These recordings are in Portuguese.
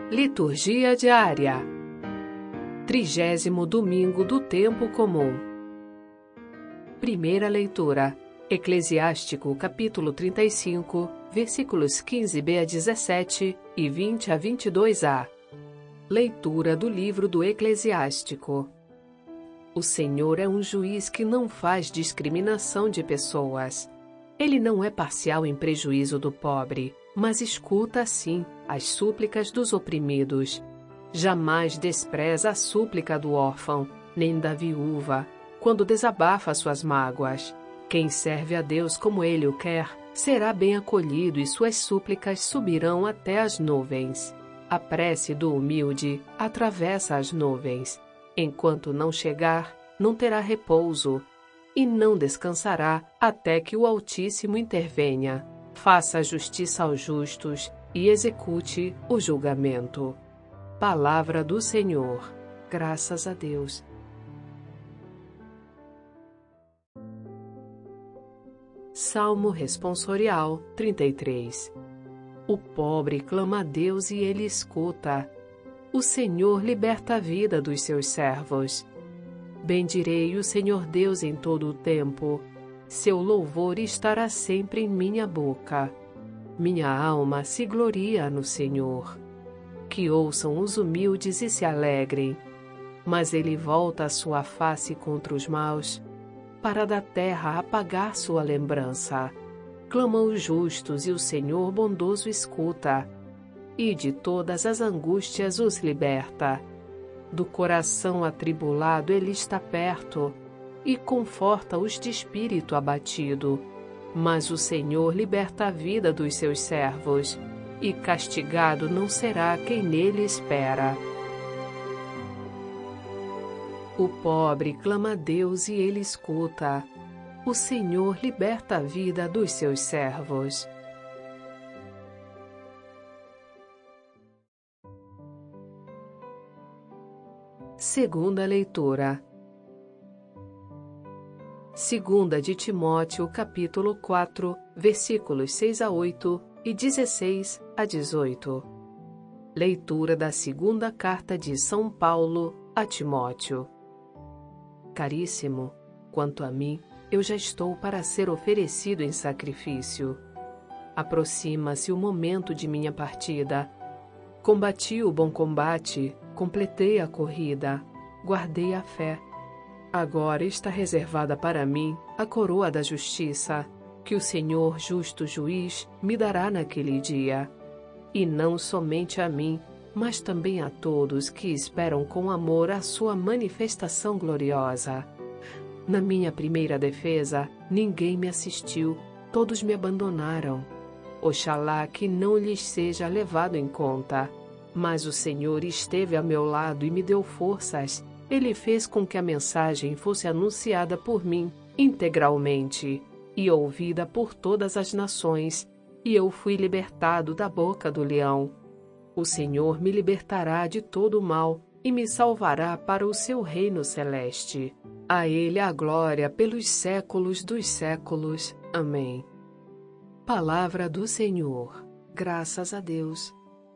Liturgia diária. 30º domingo do tempo comum. Primeira leitura. Eclesiástico, capítulo 35, versículos 15b a 17 e 20 a 22a. Leitura do livro do Eclesiástico. O Senhor é um juiz que não faz discriminação de pessoas. Ele não é parcial em prejuízo do pobre, mas escuta, sim, as súplicas dos oprimidos. Jamais despreza a súplica do órfão, nem da viúva, quando desabafa suas mágoas. Quem serve a Deus como Ele o quer, será bem acolhido e suas súplicas subirão até as nuvens. A prece do humilde atravessa as nuvens. Enquanto não chegar, não terá repouso, e não descansará até que o Altíssimo intervenha, faça justiça aos justos e execute o julgamento. Palavra do Senhor. Graças a Deus. Salmo Responsorial 33. O pobre clama a Deus e Ele escuta. O Senhor liberta a vida dos seus servos. Bendirei o Senhor Deus em todo o tempo. Seu louvor estará sempre em minha boca. Minha alma se gloria no Senhor. Que ouçam os humildes e se alegrem. Mas Ele volta a sua face contra os maus, para da terra apagar sua lembrança. Clamam os justos e o Senhor bondoso escuta, e de todas as angústias os liberta. Do coração atribulado Ele está perto, e conforta os de espírito abatido. Mas o Senhor liberta a vida dos seus servos, e castigado não será quem nele espera. O pobre clama a Deus e Ele escuta. O Senhor liberta a vida dos seus servos. Segunda leitura. Segunda de Timóteo, capítulo 4, versículos 6 a 8 e 16 a 18. Leitura da segunda carta de São Paulo a Timóteo. Caríssimo, quanto a mim, eu já estou para ser oferecido em sacrifício. Aproxima-se o momento de minha partida. Combati o bom combate, completei a corrida, guardei a fé. Agora está reservada para mim a coroa da justiça, que o Senhor justo juiz me dará naquele dia. E não somente a mim, mas também a todos que esperam com amor a sua manifestação gloriosa. Na minha primeira defesa, ninguém me assistiu, todos me abandonaram. Oxalá que não lhes seja levado em conta. Mas o Senhor esteve a meu lado e me deu forças. Ele fez com que a mensagem fosse anunciada por mim integralmente e ouvida por todas as nações, e eu fui libertado da boca do leão. O Senhor me libertará de todo o mal e me salvará para o seu reino celeste. A Ele a glória pelos séculos dos séculos. Amém. Palavra do Senhor. Graças a Deus.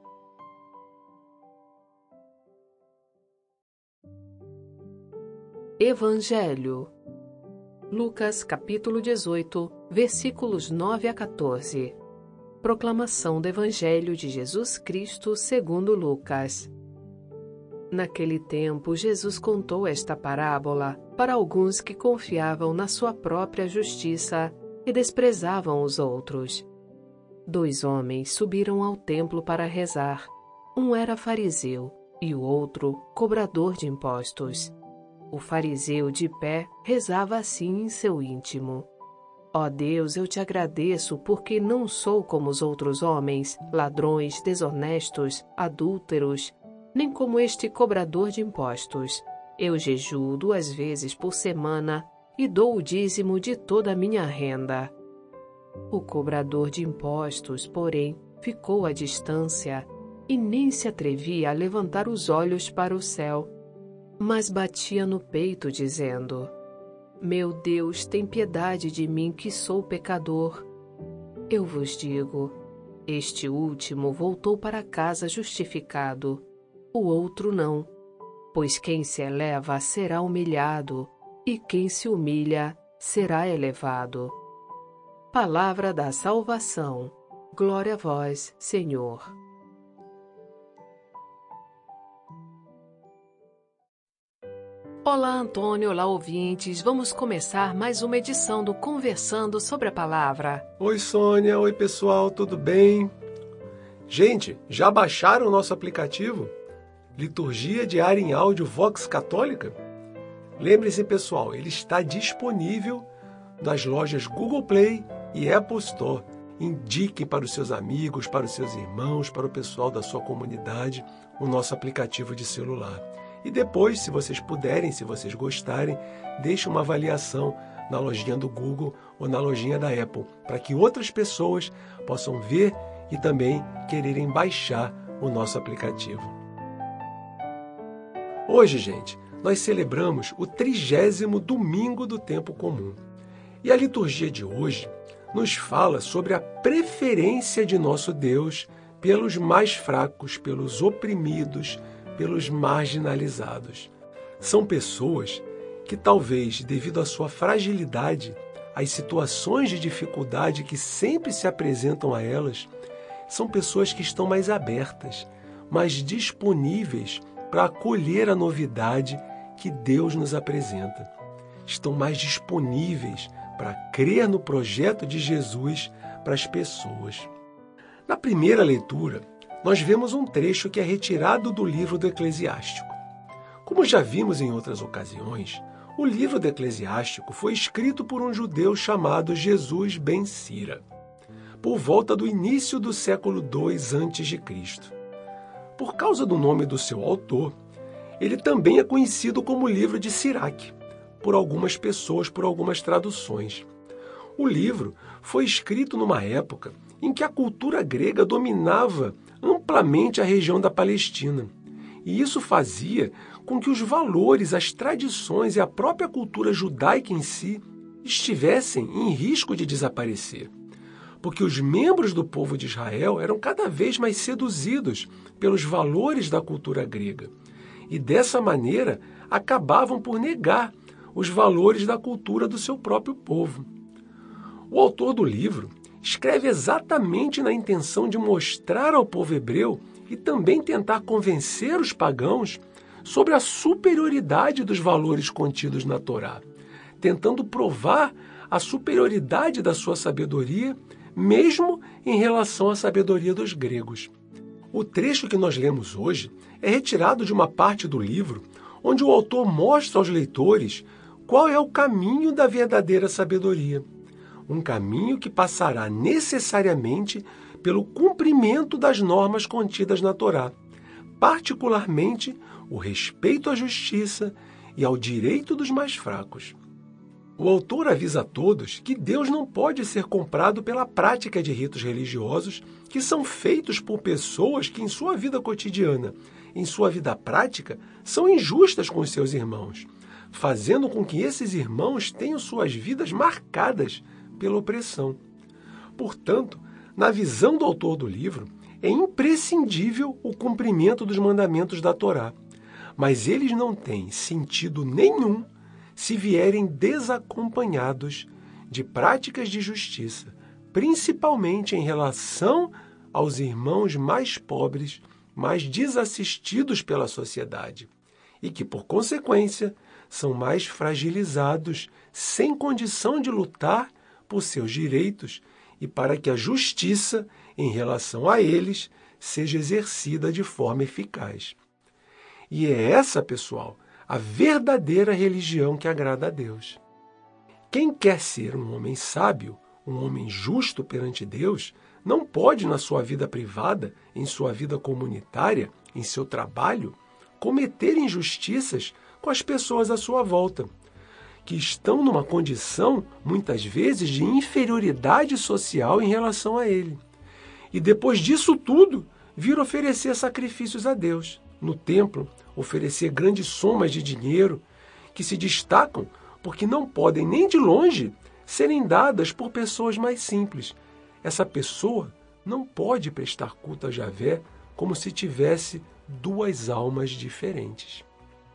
Evangelho. Lucas, capítulo 18, versículos 9 a 14. Proclamação do Evangelho de Jesus Cristo segundo Lucas. Naquele tempo, Jesus contou esta parábola para alguns que confiavam na sua própria justiça e desprezavam os outros. 2 homens subiram ao templo para rezar. Um era fariseu e o outro cobrador de impostos. O fariseu de pé rezava assim em seu íntimo: Ó Deus, eu te agradeço porque não sou como os outros homens, ladrões, desonestos, adúlteros, nem como este cobrador de impostos. Eu jejuo 2 vezes por semana e dou o dízimo de toda a minha renda. O cobrador de impostos, porém, ficou à distância e nem se atrevia a levantar os olhos para o céu, mas batia no peito, dizendo: Meu Deus, tem piedade de mim que sou pecador. Eu vos digo, Este último voltou para casa justificado, o outro não. Pois quem se eleva será humilhado, e quem se humilha será elevado. Palavra da salvação. Glória a vós, Senhor. Olá, Antônio, olá, ouvintes. Vamos começar mais uma edição do Conversando sobre a Palavra. Oi, Sônia. Oi, pessoal. Tudo bem? Gente, já baixaram o nosso aplicativo? Liturgia Diária em Áudio Vox Católica? Lembre-se, pessoal, ele está disponível nas lojas Google Play e Apple Store. Indiquem para os seus amigos, para os seus irmãos, para o pessoal da sua comunidade o nosso aplicativo de celular. E depois, se vocês puderem, se vocês gostarem, deixe uma avaliação na lojinha do Google ou na lojinha da Apple, para que outras pessoas possam ver e também quererem baixar o nosso aplicativo. Hoje, gente, nós celebramos o 30º domingo do tempo comum. E a liturgia de hoje nos fala sobre a preferência de nosso Deus pelos mais fracos, pelos oprimidos, pelos marginalizados. São pessoas que talvez, devido à sua fragilidade, às situações de dificuldade que sempre se apresentam a elas, são pessoas que estão mais abertas, mais disponíveis para acolher a novidade que Deus nos apresenta. Estão mais disponíveis para crer no projeto de Jesus para as pessoas. Na primeira leitura, nós vemos um trecho que é retirado do livro do Eclesiástico. Como já vimos em outras ocasiões, o livro do Eclesiástico foi escrito por um judeu chamado Jesus ben Sira, por volta do início do século II a.C. Por causa do nome do seu autor, ele também é conhecido como livro de Siraque, por algumas pessoas, por algumas traduções. O livro foi escrito numa época em que a cultura grega dominava amplamente a região da Palestina. E isso fazia com que os valores, as tradições e a própria cultura judaica em si estivessem em risco de desaparecer. Porque os membros do povo de Israel eram cada vez mais seduzidos pelos valores da cultura grega. E dessa maneira acabavam por negar os valores da cultura do seu próprio povo. O autor do livro escreve exatamente na intenção de mostrar ao povo hebreu e também tentar convencer os pagãos sobre a superioridade dos valores contidos na Torá, tentando provar a superioridade da sua sabedoria, mesmo em relação à sabedoria dos gregos. O trecho que nós lemos hoje é retirado de uma parte do livro onde o autor mostra aos leitores qual é o caminho da verdadeira sabedoria. Um caminho que passará necessariamente pelo cumprimento das normas contidas na Torá, particularmente o respeito à justiça e ao direito dos mais fracos. O autor avisa a todos que Deus não pode ser comprado pela prática de ritos religiosos que são feitos por pessoas que em sua vida cotidiana, em sua vida prática, são injustas com os seus irmãos, fazendo com que esses irmãos tenham suas vidas marcadas pela opressão. Portanto, na visão do autor do livro, é imprescindível o cumprimento dos mandamentos da Torá, mas eles não têm sentido nenhum se vierem desacompanhados de práticas de justiça, principalmente em relação aos irmãos mais pobres, mais desassistidos pela sociedade, e que, por consequência, são mais fragilizados, sem condição de lutar por seus direitos e para que a justiça em relação a eles seja exercida de forma eficaz. E é essa, pessoal, a verdadeira religião que agrada a Deus. Quem quer ser um homem sábio, um homem justo perante Deus, não pode, na sua vida privada, em sua vida comunitária, em seu trabalho, cometer injustiças com as pessoas à sua volta, que estão numa condição, muitas vezes, de inferioridade social em relação a ele. E depois disso tudo, vir oferecer sacrifícios a Deus. No templo, oferecer grandes somas de dinheiro que se destacam porque não podem nem de longe serem dadas por pessoas mais simples. Essa pessoa não pode prestar culto a Javé como se tivesse duas almas diferentes.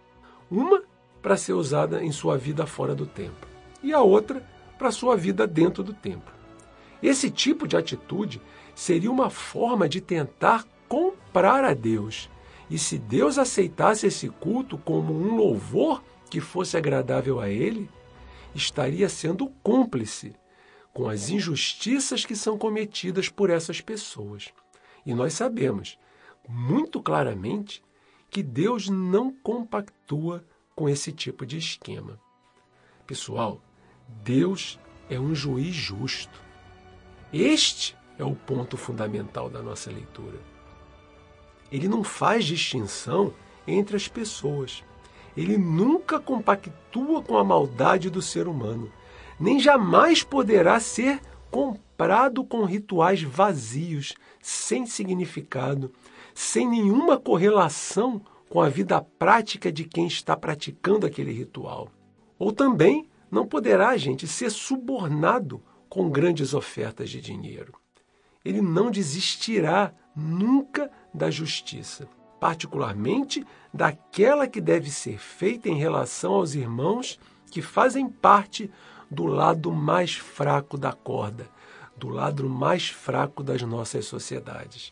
Uma para ser usada em sua vida fora do templo e a outra para sua vida dentro do templo. Esse tipo de atitude seria uma forma de tentar comprar a Deus. E se Deus aceitasse esse culto como um louvor que fosse agradável a Ele, estaria sendo cúmplice com as injustiças que são cometidas por essas pessoas. E nós sabemos muito claramente que Deus não compactua com esse tipo de esquema. Pessoal, Deus é um juiz justo. Este é o ponto fundamental da nossa leitura. Ele não faz distinção entre as pessoas. Ele nunca compactua com a maldade do ser humano, nem jamais poderá ser comprado com rituais vazios, sem significado, sem nenhuma correlação com a vida prática de quem está praticando aquele ritual. Ou também não poderá, ser subornado com grandes ofertas de dinheiro. Ele não desistirá nunca da justiça, particularmente daquela que deve ser feita em relação aos irmãos que fazem parte do lado mais fraco da corda, do lado mais fraco das nossas sociedades.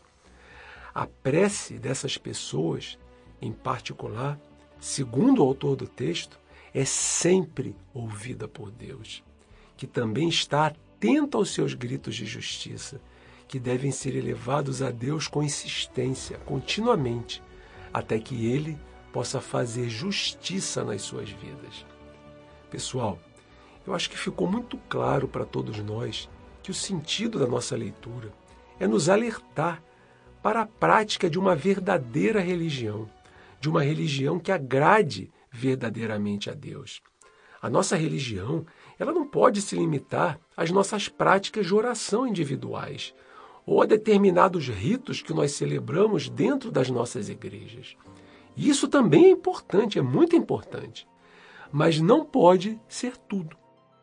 A prece dessas pessoas, em particular, segundo o autor do texto, é sempre ouvida por Deus, que também está atento aos seus gritos de justiça, que devem ser elevados a Deus com insistência, continuamente, até que Ele possa fazer justiça nas suas vidas. Pessoal, eu acho que ficou muito claro para todos nós que o sentido da nossa leitura é nos alertar para a prática de uma verdadeira religião, de uma religião que agrade verdadeiramente a Deus. A nossa religião, ela não pode se limitar às nossas práticas de oração individuais ou a determinados ritos que nós celebramos dentro das nossas igrejas. Isso também é importante, é muito importante, mas não pode ser tudo.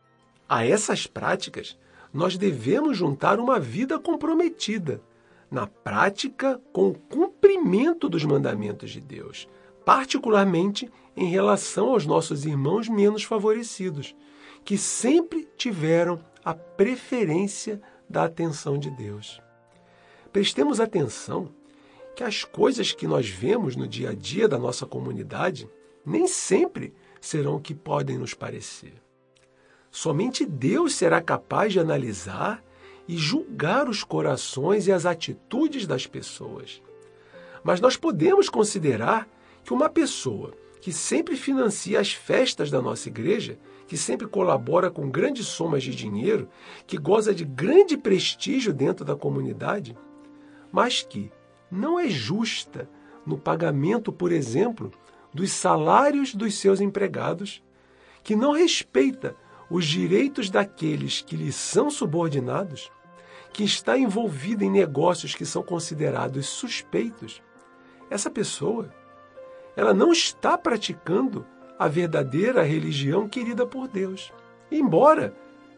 A essas práticas, nós devemos juntar uma vida comprometida na prática com o cumprimento dos mandamentos de Deus, particularmente em relação aos nossos irmãos menos favorecidos, que sempre tiveram a preferência da atenção de Deus. Prestemos atenção que as coisas que nós vemos no dia a dia da nossa comunidade nem sempre serão o que podem nos parecer. Somente Deus será capaz de analisar e julgar os corações e as atitudes das pessoas. Mas nós podemos considerar que uma pessoa que sempre financia as festas da nossa igreja, que sempre colabora com grandes somas de dinheiro, que goza de grande prestígio dentro da comunidade, mas que não é justa no pagamento, por exemplo, dos salários dos seus empregados, que não respeita os direitos daqueles que lhe são subordinados, que está envolvida em negócios que são considerados suspeitos, essa pessoa, ela não está praticando a verdadeira religião querida por Deus. Embora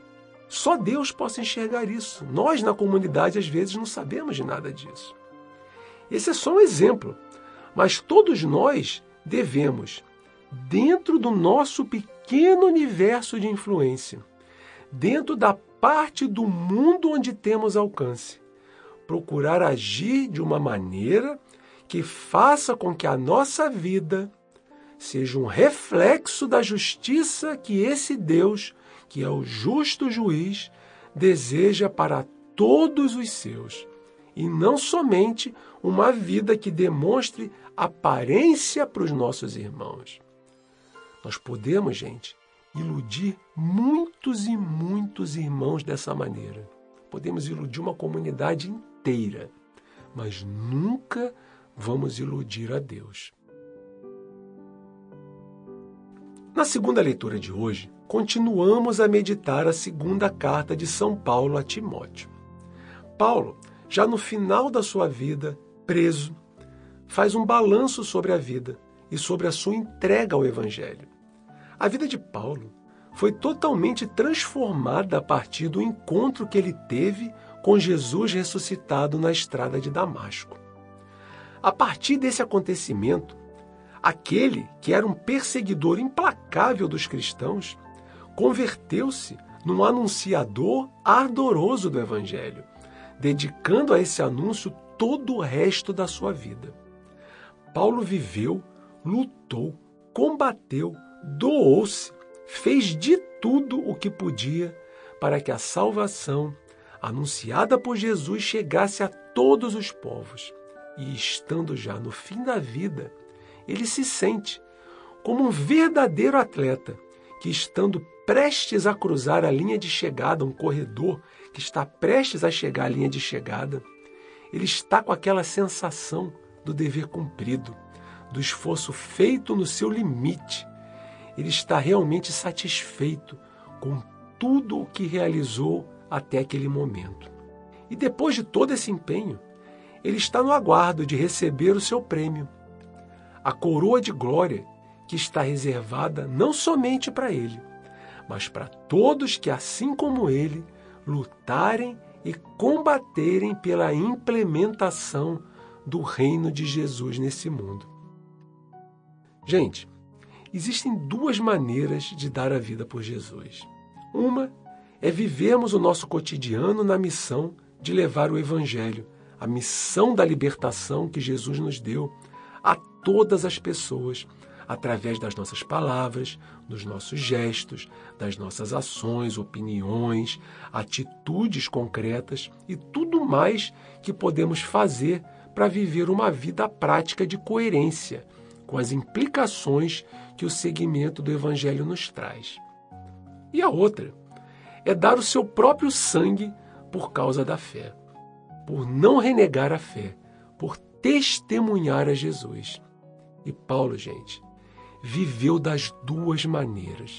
só Deus possa enxergar isso. Nós, na comunidade, às vezes não sabemos de nada disso. Esse é só um exemplo, mas todos nós devemos, dentro do nosso pequeno universo de influência, dentro da parte do mundo onde temos alcance, procurar agir de uma maneira que faça com que a nossa vida seja um reflexo da justiça que esse Deus, que é o justo juiz, deseja para todos os seus, e não somente uma vida que demonstre aparência para os nossos irmãos. Nós podemos, iludir muitos e muitos irmãos dessa maneira. Podemos iludir uma comunidade inteira, mas nunca vamos iludir a Deus. Na segunda leitura de hoje, continuamos a meditar a segunda carta de São Paulo a Timóteo. Paulo, já no final da sua vida, preso, faz um balanço sobre a vida e sobre a sua entrega ao Evangelho. A vida de Paulo foi totalmente transformada a partir do encontro que ele teve com Jesus ressuscitado na estrada de Damasco. A partir desse acontecimento, aquele que era um perseguidor implacável dos cristãos converteu-se num anunciador ardoroso do Evangelho, dedicando a esse anúncio todo o resto da sua vida. Paulo viveu, lutou, combateu, doou-se, fez de tudo o que podia para que a salvação anunciada por Jesus chegasse a todos os povos. E estando já no fim da vida, ele se sente como um verdadeiro atleta que, estando prestes a cruzar a linha de chegada, um corredor que está prestes a chegar à linha de chegada, ele está com aquela sensação do dever cumprido, do esforço feito no seu limite. Ele está realmente satisfeito com tudo o que realizou até aquele momento. E depois de todo esse empenho, ele está no aguardo de receber o seu prêmio, a coroa de glória que está reservada não somente para ele, mas para todos que, assim como ele, lutarem e combaterem pela implementação do reino de Jesus nesse mundo. Gente, existem duas maneiras de dar a vida por Jesus. Uma é vivermos o nosso cotidiano na missão de levar o Evangelho, a missão da libertação que Jesus nos deu a todas as pessoas, através das nossas palavras, dos nossos gestos, das nossas ações, opiniões, atitudes concretas e tudo mais que podemos fazer para viver uma vida prática de coerência com as implicações que o seguimento do Evangelho nos traz. E a outra é dar o seu próprio sangue por causa da fé, por não renegar a fé, por testemunhar a Jesus. E Paulo, gente, viveu das duas maneiras.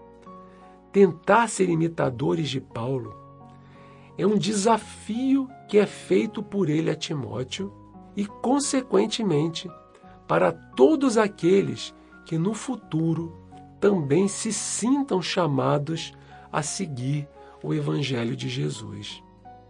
Tentar ser imitadores de Paulo é um desafio que é feito por ele a Timóteo e, consequentemente, para todos aqueles que no futuro também se sintam chamados a seguir o Evangelho de Jesus.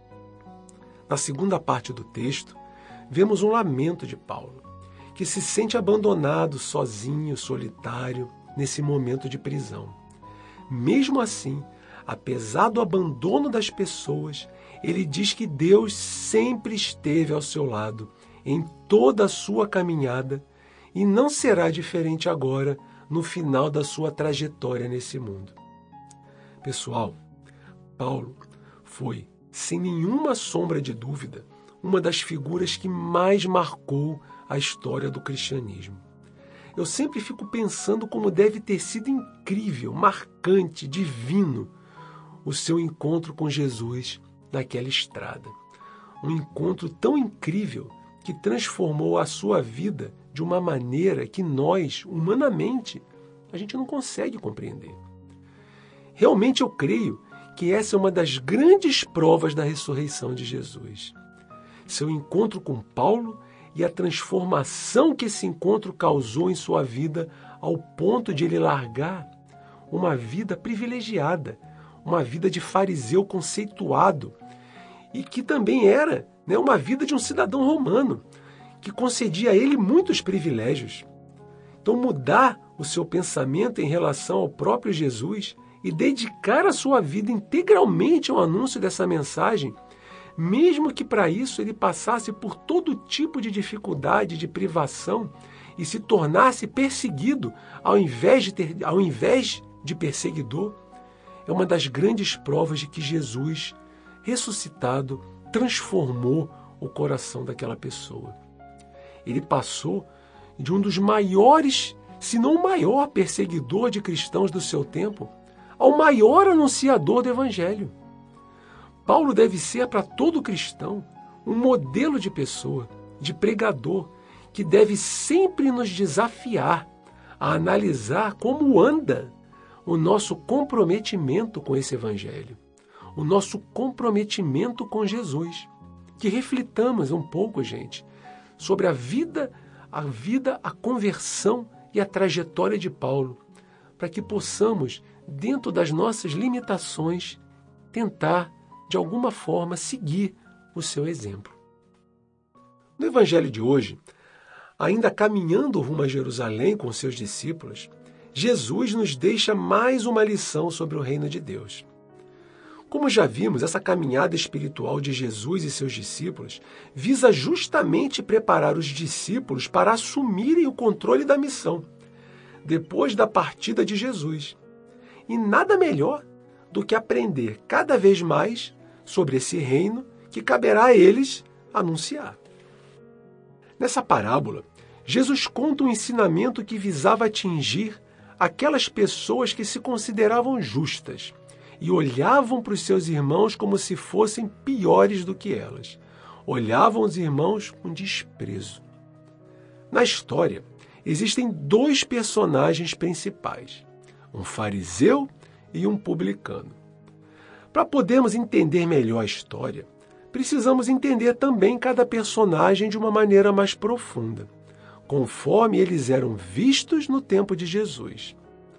Na segunda parte do texto, vemos um lamento de Paulo, que se sente abandonado, sozinho, solitário, nesse momento de prisão. Mesmo assim, apesar do abandono das pessoas, ele diz que Deus sempre esteve ao seu lado, em toda a sua caminhada, e não será diferente agora, no final da sua trajetória nesse mundo. Pessoal, Paulo foi, sem nenhuma sombra de dúvida, uma das figuras que mais marcou a história do cristianismo. Eu sempre fico pensando como deve ter sido incrível, marcante, divino o seu encontro com Jesus naquela estrada. Um encontro tão incrível que transformou a sua vida de uma maneira que nós, humanamente, a gente não consegue compreender. Realmente eu creio que essa é uma das grandes provas da ressurreição de Jesus. Seu encontro com Paulo e a transformação que esse encontro causou em sua vida ao ponto de ele largar uma vida privilegiada, uma vida de fariseu conceituado e que também era, uma vida de um cidadão romano, que concedia a ele muitos privilégios. Então mudar o seu pensamento em relação ao próprio Jesus e dedicar a sua vida integralmente ao anúncio dessa mensagem, mesmo que para isso ele passasse por todo tipo de dificuldade, de privação e se tornasse perseguido ao invés de perseguidor, é uma das grandes provas de que Jesus, ressuscitado, transformou o coração daquela pessoa. Ele passou de um dos maiores, se não o maior perseguidor de cristãos do seu tempo, ao maior anunciador do Evangelho. Paulo deve ser para todo cristão um modelo de pessoa, de pregador, que deve sempre nos desafiar a analisar como anda o nosso comprometimento com esse Evangelho, o nosso comprometimento com Jesus. Que reflitamos um pouco, gente, sobre a vida, a conversão e a trajetória de Paulo, para que possamos, dentro das nossas limitações, tentar de alguma forma, seguir o seu exemplo. No Evangelho de hoje, ainda caminhando rumo a Jerusalém com seus discípulos, Jesus nos deixa mais uma lição sobre o reino de Deus. Como já vimos, essa caminhada espiritual de Jesus e seus discípulos visa justamente preparar os discípulos para assumirem o controle da missão, depois da partida de Jesus. E nada melhor do que aprender cada vez mais sobre esse reino que caberá a eles anunciar. Nessa parábola, Jesus conta um ensinamento que visava atingir aquelas pessoas que se consideravam justas e olhavam para os seus irmãos como se fossem piores do que elas. Olhavam os irmãos com desprezo. Na história, existem dois personagens principais, um fariseu e um publicano. Para podermos entender melhor a história, precisamos entender também cada personagem de uma maneira mais profunda, conforme eles eram vistos no tempo de Jesus.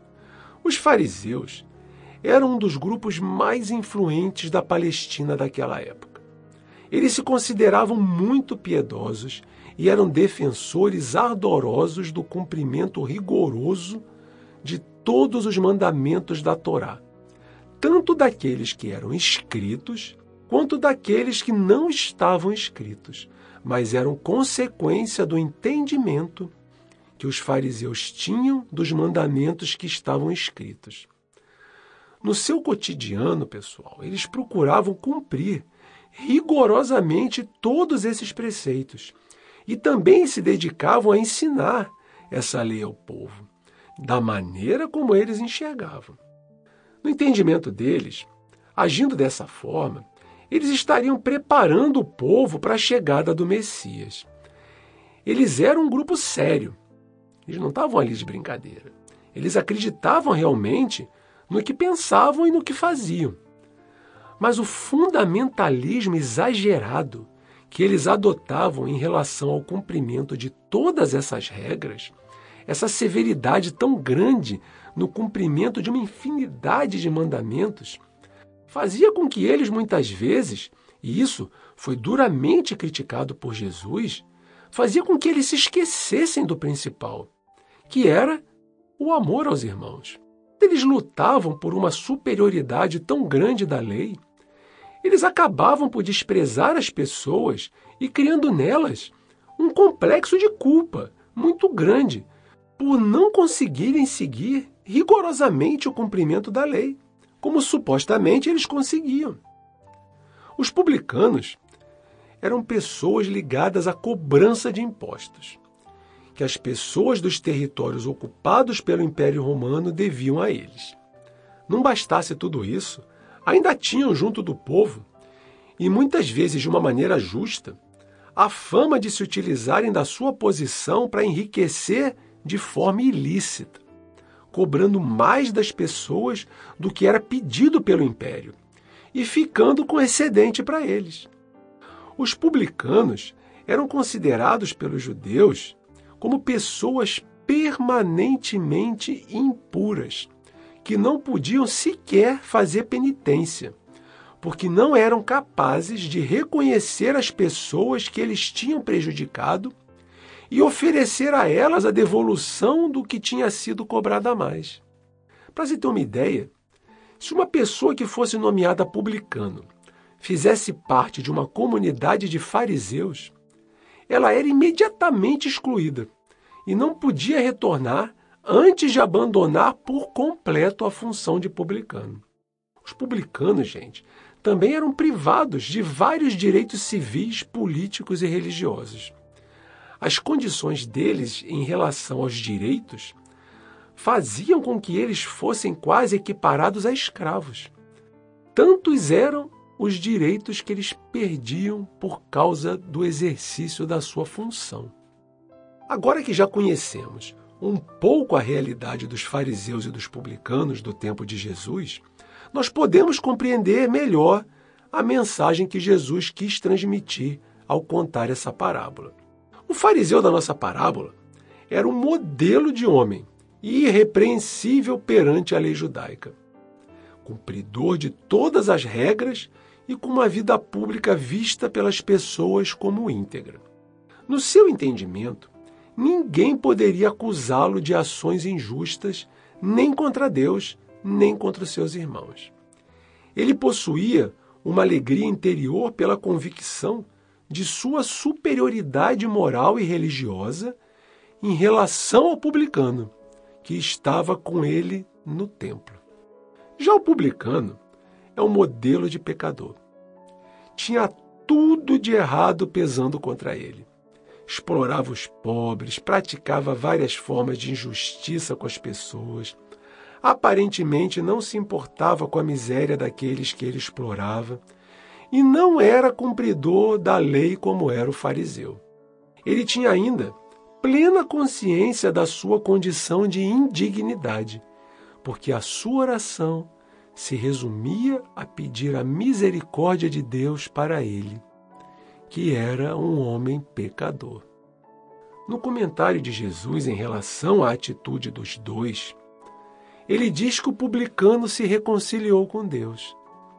Os fariseus eram um dos grupos mais influentes da Palestina daquela época. Eles se consideravam muito piedosos e eram defensores ardorosos do cumprimento rigoroso de todos os mandamentos da Torá, tanto daqueles que eram escritos, quanto daqueles que não estavam escritos, mas eram consequência do entendimento que os fariseus tinham dos mandamentos que estavam escritos. No seu cotidiano, pessoal, eles procuravam cumprir rigorosamente todos esses preceitos e também se dedicavam a ensinar essa lei ao povo, da maneira como eles enxergavam. No entendimento deles, agindo dessa forma, eles estariam preparando o povo para a chegada do Messias. Eles eram um grupo sério. Eles não estavam ali de brincadeira. Eles acreditavam realmente no que pensavam e no que faziam. Mas o fundamentalismo exagerado que eles adotavam em relação ao cumprimento de todas essas regras, essa severidade tão grande no cumprimento de uma infinidade de mandamentos, fazia com que eles, muitas vezes, e isso foi duramente criticado por Jesus, fazia com que eles se esquecessem do principal, que era o amor aos irmãos. Eles lutavam por uma superioridade tão grande da lei, eles acabavam por desprezar as pessoas e criando nelas um complexo de culpa muito grande por não conseguirem seguir rigorosamente o cumprimento da lei, como supostamente eles conseguiam. Os publicanos eram pessoas ligadas à cobrança de impostos, que as pessoas dos territórios ocupados pelo Império Romano deviam a eles. Não bastasse tudo isso, ainda tinham junto do povo, e muitas vezes de uma maneira justa, a fama de se utilizarem da sua posição para enriquecer de forma ilícita, cobrando mais das pessoas do que era pedido pelo Império, e ficando com excedente para eles. Os publicanos eram considerados pelos judeus como pessoas permanentemente impuras, que não podiam sequer fazer penitência, porque não eram capazes de reconhecer as pessoas que eles tinham prejudicado e oferecer a elas a devolução do que tinha sido cobrado a mais. Para você ter uma ideia, se uma pessoa que fosse nomeada publicano fizesse parte de uma comunidade de fariseus, ela era imediatamente excluída e não podia retornar antes de abandonar por completo a função de publicano. Os publicanos, gente, também eram privados de vários direitos civis, políticos e religiosos. As condições deles em relação aos direitos faziam com que eles fossem quase equiparados a escravos. Tantos eram os direitos que eles perdiam por causa do exercício da sua função. Agora que já conhecemos um pouco a realidade dos fariseus e dos publicanos do tempo de Jesus, nós podemos compreender melhor a mensagem que Jesus quis transmitir ao contar essa parábola. O fariseu da nossa parábola era um modelo de homem irrepreensível perante a lei judaica, cumpridor de todas as regras e com uma vida pública vista pelas pessoas como íntegra. No seu entendimento, ninguém poderia acusá-lo de ações injustas, nem contra Deus, nem contra os seus irmãos. Ele possuía uma alegria interior pela convicção de sua superioridade moral e religiosa em relação ao publicano, que estava com ele no templo. Já o publicano é um modelo de pecador. Tinha tudo de errado pesando contra ele. Explorava os pobres, praticava várias formas de injustiça com as pessoas. Aparentemente não se importava com a miséria daqueles que ele explorava e não era cumpridor da lei como era o fariseu. Ele tinha ainda plena consciência da sua condição de indignidade, porque a sua oração se resumia a pedir a misericórdia de Deus para ele, que era um homem pecador. No comentário de Jesus em relação à atitude dos dois, ele diz que o publicano se reconciliou com Deus.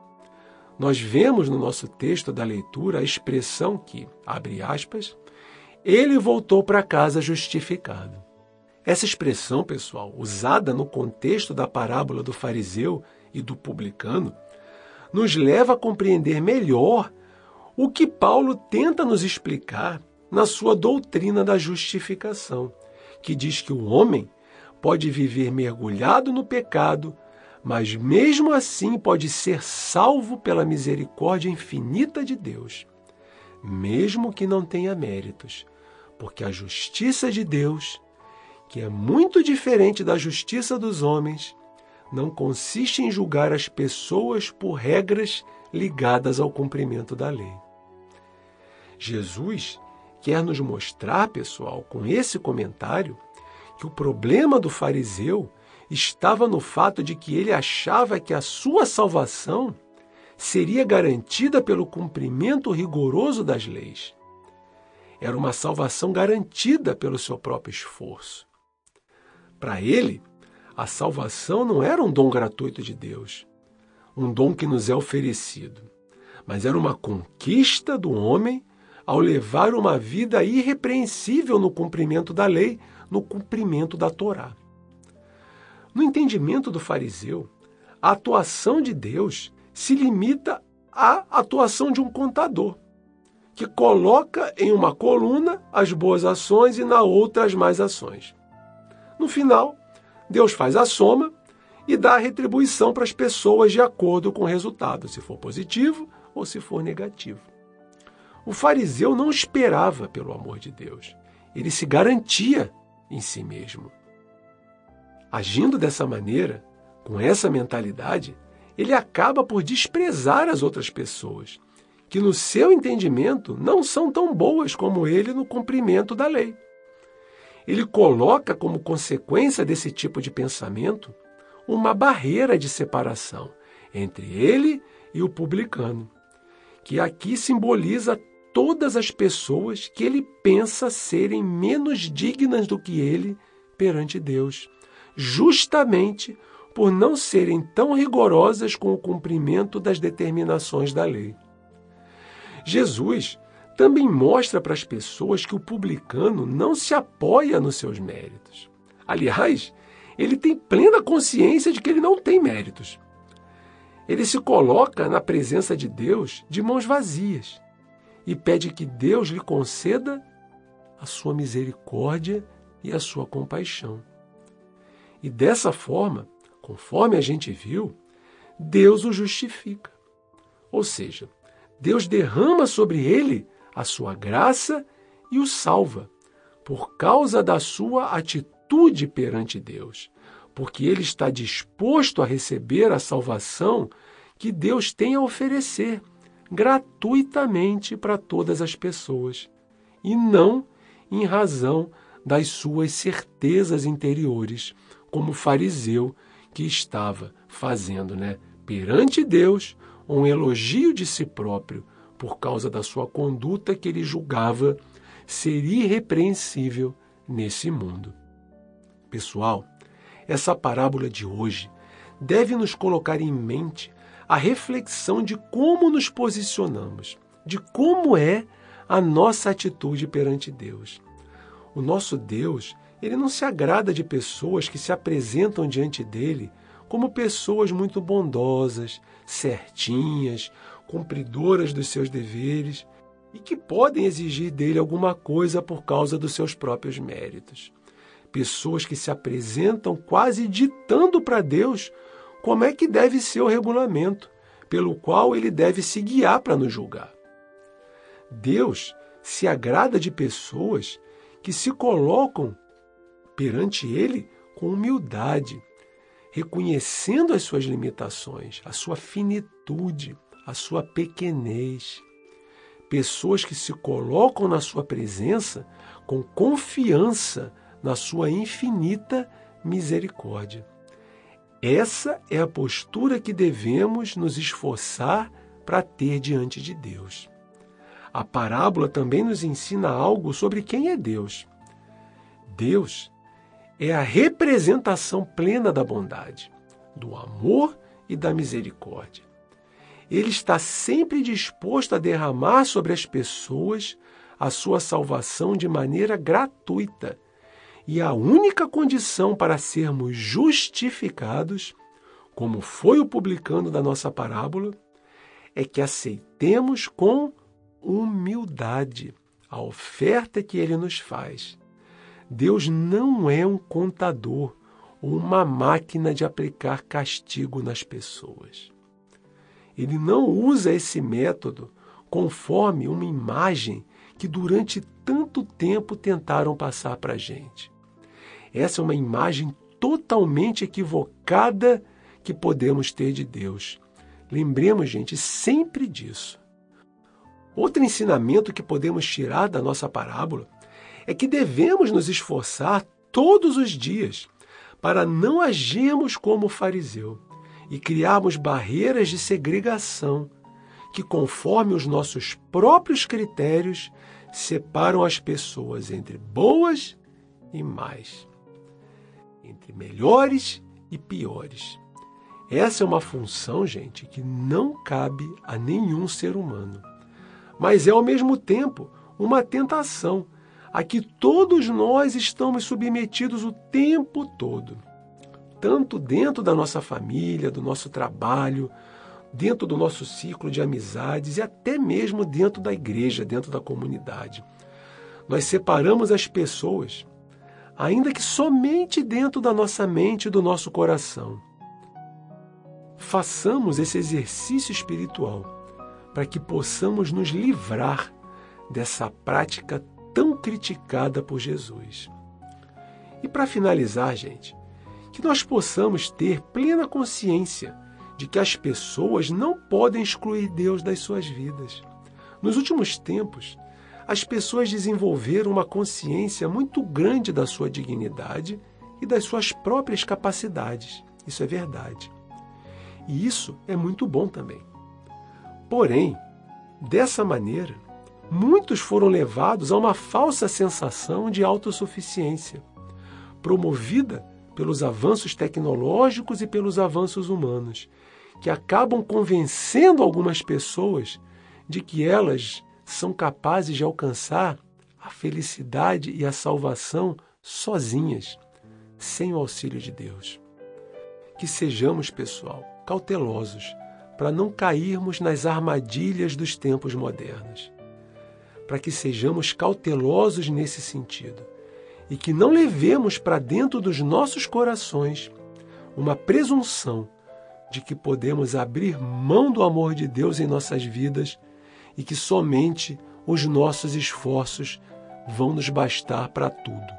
Nós vemos no nosso texto da leitura a expressão que, abre aspas, ele voltou para casa justificado. Essa expressão, pessoal, usada no contexto da parábola do fariseu e do publicano, nos leva a compreender melhor o que Paulo tenta nos explicar na sua doutrina da justificação, que diz que o homem pode viver mergulhado no pecado, mas mesmo assim pode ser salvo pela misericórdia infinita de Deus, mesmo que não tenha méritos, porque a justiça de Deus, que é muito diferente da justiça dos homens, não consiste em julgar as pessoas por regras ligadas ao cumprimento da lei. Jesus quer nos mostrar, pessoal, com esse comentário, que o problema do fariseu estava no fato de que ele achava que a sua salvação seria garantida pelo cumprimento rigoroso das leis. Era uma salvação garantida pelo seu próprio esforço. Para ele, a salvação não era um dom gratuito de Deus, um dom que nos é oferecido, mas era uma conquista do homem ao levar uma vida irrepreensível no cumprimento da lei, no cumprimento da Torá. No entendimento do fariseu, a atuação de Deus se limita à atuação de um contador, que coloca em uma coluna as boas ações e na outra as más ações. No final, Deus faz a soma e dá a retribuição para as pessoas de acordo com o resultado, se for positivo ou se for negativo. O fariseu não esperava pelo amor de Deus, ele se garantia em si mesmo. Agindo dessa maneira, com essa mentalidade, ele acaba por desprezar as outras pessoas, que no seu entendimento não são tão boas como ele no cumprimento da lei. Ele coloca como consequência desse tipo de pensamento uma barreira de separação entre ele e o publicano, que aqui simboliza todas as pessoas que ele pensa serem menos dignas do que ele perante Deus, justamente por não serem tão rigorosas com o cumprimento das determinações da lei. Jesus também mostra para as pessoas que o publicano não se apoia nos seus méritos. Aliás, ele tem plena consciência de que ele não tem méritos. Ele se coloca na presença de Deus de mãos vazias e pede que Deus lhe conceda a sua misericórdia e a sua compaixão. E dessa forma, conforme a gente viu, Deus o justifica. Ou seja, Deus derrama sobre ele a sua graça e o salva, por causa da sua atitude perante Deus, porque ele está disposto a receber a salvação que Deus tem a oferecer gratuitamente para todas as pessoas, e não em razão das suas certezas interiores, como o fariseu que estava fazendo, perante Deus, um elogio de si próprio por causa da sua conduta que ele julgava ser irrepreensível nesse mundo. Pessoal, essa parábola de hoje deve nos colocar em mente a reflexão de como nos posicionamos, de como é a nossa atitude perante Deus. O nosso Deus, ele não se agrada de pessoas que se apresentam diante dele como pessoas muito bondosas, certinhas, cumpridoras dos seus deveres e que podem exigir dele alguma coisa por causa dos seus próprios méritos. Pessoas que se apresentam quase ditando para Deus como é que deve ser o regulamento pelo qual ele deve se guiar para nos julgar. Deus se agrada de pessoas que se colocam perante ele com humildade, reconhecendo as suas limitações, a sua finitude, a sua pequenez. Pessoas que se colocam na sua presença com confiança na sua infinita misericórdia. Essa é a postura que devemos nos esforçar para ter diante de Deus. A parábola também nos ensina algo sobre quem é Deus. Deus é a representação plena da bondade, do amor e da misericórdia. Ele está sempre disposto a derramar sobre as pessoas a sua salvação de maneira gratuita. E a única condição para sermos justificados, como foi o publicano da nossa parábola, é que aceitemos com humildade a oferta que ele nos faz. Deus não é um contador ou uma máquina de aplicar castigo nas pessoas. Ele não usa esse método conforme uma imagem que durante tanto tempo tentaram passar para a gente. Essa é uma imagem totalmente equivocada que podemos ter de Deus. Lembremos, gente, sempre disso. Outro ensinamento que podemos tirar da nossa parábola é que devemos nos esforçar todos os dias para não agirmos como o fariseu e criarmos barreiras de segregação que, conforme os nossos próprios critérios, separam as pessoas entre boas e más, entre melhores e piores. Essa é uma função, gente, que não cabe a nenhum ser humano, mas é ao mesmo tempo uma tentação a que todos nós estamos submetidos o tempo todo, tanto dentro da nossa família, do nosso trabalho, dentro do nosso ciclo de amizades e até mesmo dentro da igreja, dentro da comunidade. Nós separamos as pessoas, ainda que somente dentro da nossa mente e do nosso coração. Façamos esse exercício espiritual para que possamos nos livrar dessa prática tão criticada por Jesus. E para finalizar, gente, que nós possamos ter plena consciência de que as pessoas não podem excluir Deus das suas vidas. Nos últimos tempos, as pessoas desenvolveram uma consciência muito grande da sua dignidade e das suas próprias capacidades. Isso é verdade. E isso é muito bom também. Porém, dessa maneira, muitos foram levados a uma falsa sensação de autossuficiência, promovida pelos avanços tecnológicos e pelos avanços humanos, que acabam convencendo algumas pessoas de que elas são capazes de alcançar a felicidade e a salvação sozinhas, sem o auxílio de Deus. Que sejamos, pessoal, cautelosos para não cairmos nas armadilhas dos tempos modernos, para que sejamos cautelosos nesse sentido e que não levemos para dentro dos nossos corações uma presunção de que podemos abrir mão do amor de Deus em nossas vidas e que somente os nossos esforços vão nos bastar para tudo.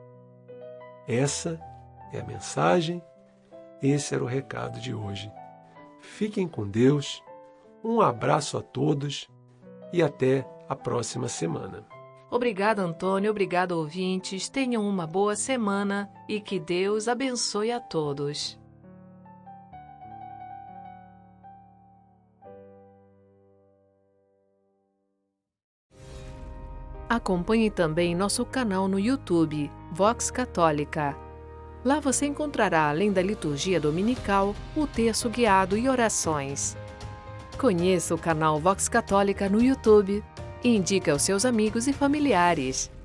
Essa é a mensagem, esse era o recado de hoje. Fiquem com Deus, um abraço a todos e até a próxima semana. Obrigada, Antônio. Obrigado, ouvintes. Tenham uma boa semana e que Deus abençoe a todos. Acompanhe também nosso canal no YouTube, Vox Católica. Lá você encontrará, além da liturgia dominical, o terço guiado e orações. Conheça o canal Vox Católica no YouTube e indique aos seus amigos e familiares.